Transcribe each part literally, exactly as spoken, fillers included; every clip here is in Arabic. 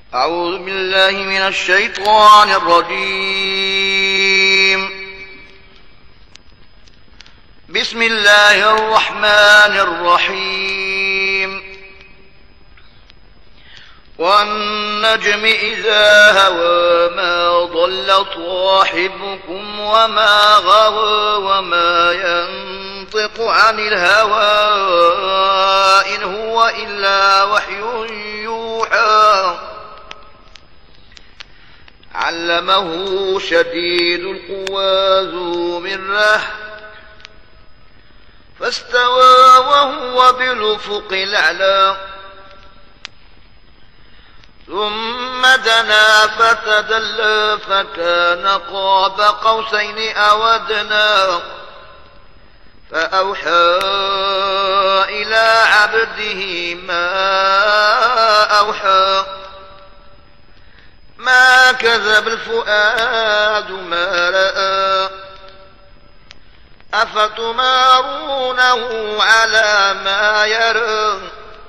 أعوذ بالله من الشيطان الرجيم. بسم الله الرحمن الرحيم. والنجم إذا هوى ما ضل صاحبكم وما غوى وما ينطق عن الهوى إن هو إلا وحي يوحى علمه شديد القوى ذو مرة فاستوى وهو بالأفق الأعلى ثم دنا فتدلى فكان قاب قوسين أو أدنى فأوحى إلى عبده ما أوحى ما كذب الفؤاد ما رأى أفتمارونه على ما يرى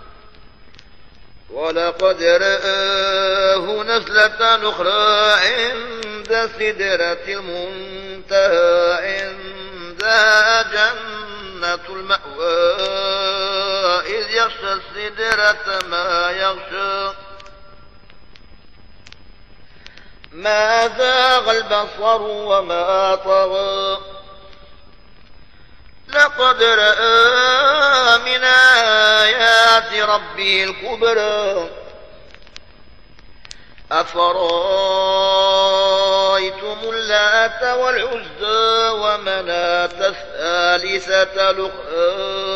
ولقد رآه نزلة أخرى عند سدرة المنتهى عندها جنة المأوى إذ يغشى السدرة ما يغشى ما زاغ البصر وما طغى لقد رأى من آيات ربه الكبرى أفرأيتم اللات والعزى ومناة الثالثة الأخرى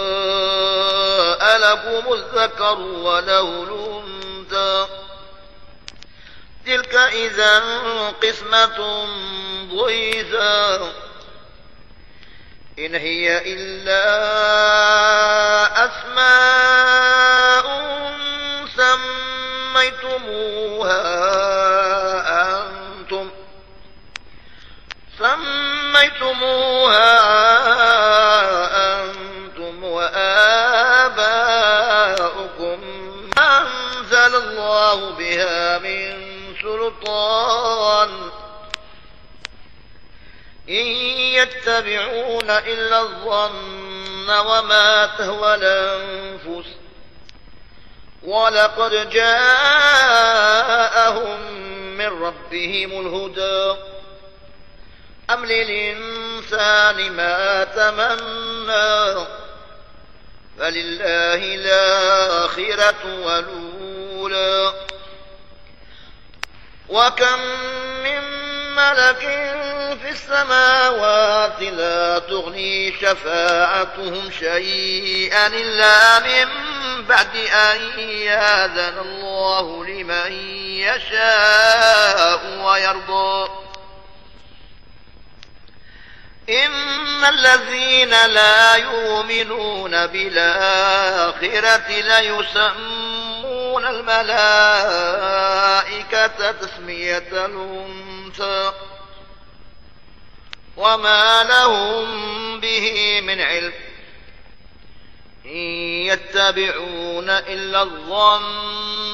ألكم الذكر وله الأنثى تلك إذا قسمة ضيزى إن هي إلا أسماء سميتموها أنتم سميتموها أنتم وآباؤكم ما أنزل الله بها من سلطان إن يتبعون إلا الظن وما تهوى الأنفس ولقد جاءهم من ربهم الهدى أم للإنسان ما تمنى فلله الآخرة والأولى وكم من ملك في السماوات لا تغني شفاعتهم شيئا إلا من بعد أن يأذن الله لمن يشاء ويرضى إن الذين لا يؤمنون بالآخرة ليسمون الملائكة تسمية الأنثى وما لهم به من علم إن يتبعون إلا الظن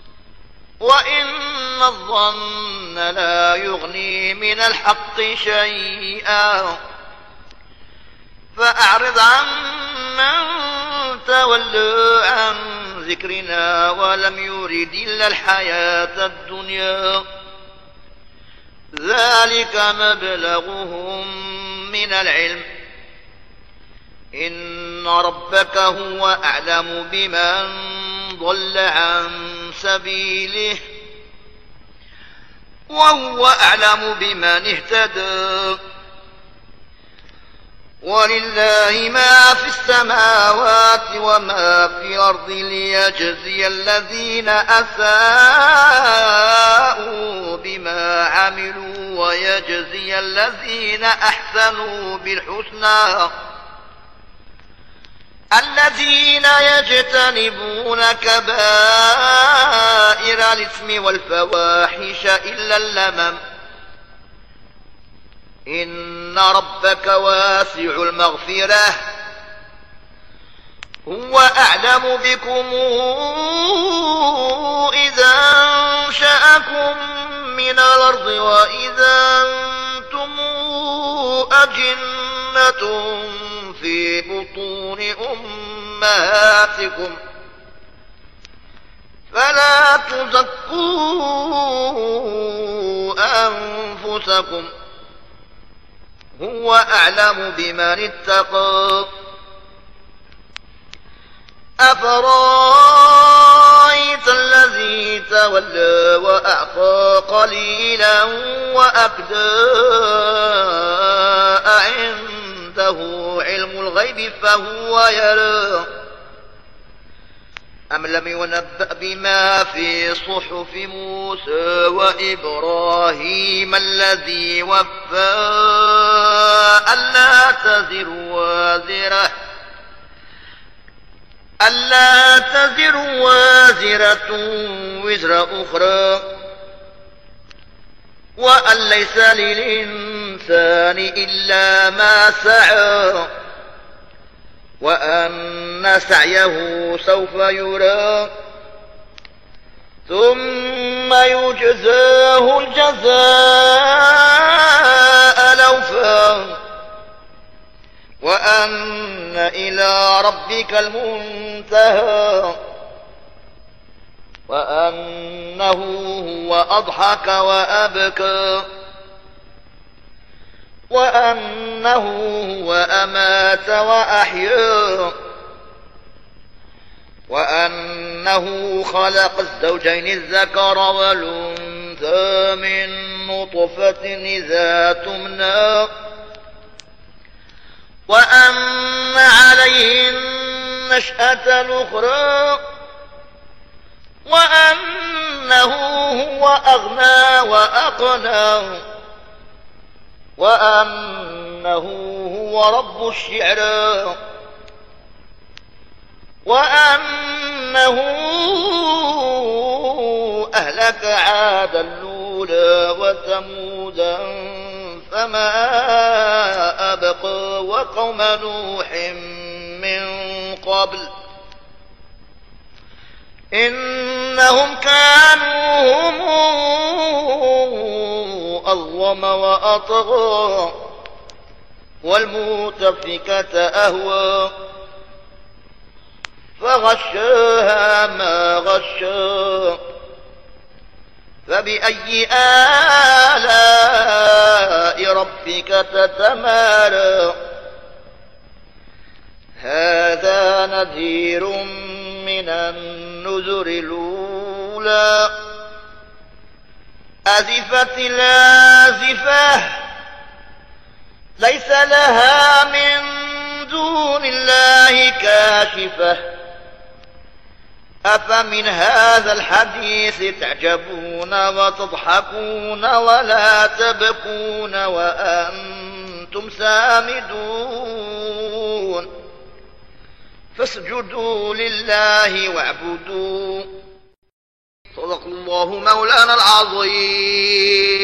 وإن الظن لا يغني من الحق شيئا فأعرض عن من تولى عن ذكرنا ولم يرد إلا الحياة الدنيا ذلك مبلغهم من العلم إن ربك هو أعلم بمن ضل عن سبيله وهو أعلم بمن اهتدى ولله ما في السماوات وما في الأرض ليجزي الذين أساءوا بما عملوا ويجزي الذين أحسنوا بالحسنى الذين يجتنبون كبائر الإثم والفواحش إلا اللمم إن ربك واسع المغفرة هو أعلم بكم إذا أنشأكم من الأرض وإذا أنتم أجنة في بطون أمهاتكم فلا تزكوا أنفسكم هو أعلم بمن اتقى أفرأيت الذي تولى وأعطى قليلا وأكدى أعنده علم الغيب فهو يرى أم لم ينبأ بما في صحف موسى وإبراهيم الذي وفى ألا تزر وازرة ألا تزر وازرة وزر أخرى وأن ليس للإنسان إلا ما سعى وأن سعيه سوف يرى ثم يجزاه الجزاء الأوفى وأن إلى ربك المنتهى وأنه هو أضحك وأبكى وأنه هو أمات وأحيا وأنه خلق الزوجين الذكر والأنثى من نطفة إذا تمنى وأن عليه النشأة الأخرى وأنه هو أغنى وأقنى وأنه هو رب الشعرى وأنه أهلك عادا الأولى وثمودا فما أبقى وقوم نوح من قبل إنهم كانوا هم أظلم وأطغى والمؤتفكة أهوى فغشاها ما غشى فبأي آلاء ربك تتمارى هذا نذير من النذر الأولى أزفت الآزفة ليس لها من دون الله كاشفة أفمن هذا الحديث تعجبون وتضحكون ولا تبكون وأنتم سامدون فاسجدوا لله واعبدوا صدق الله مولانا العظيم.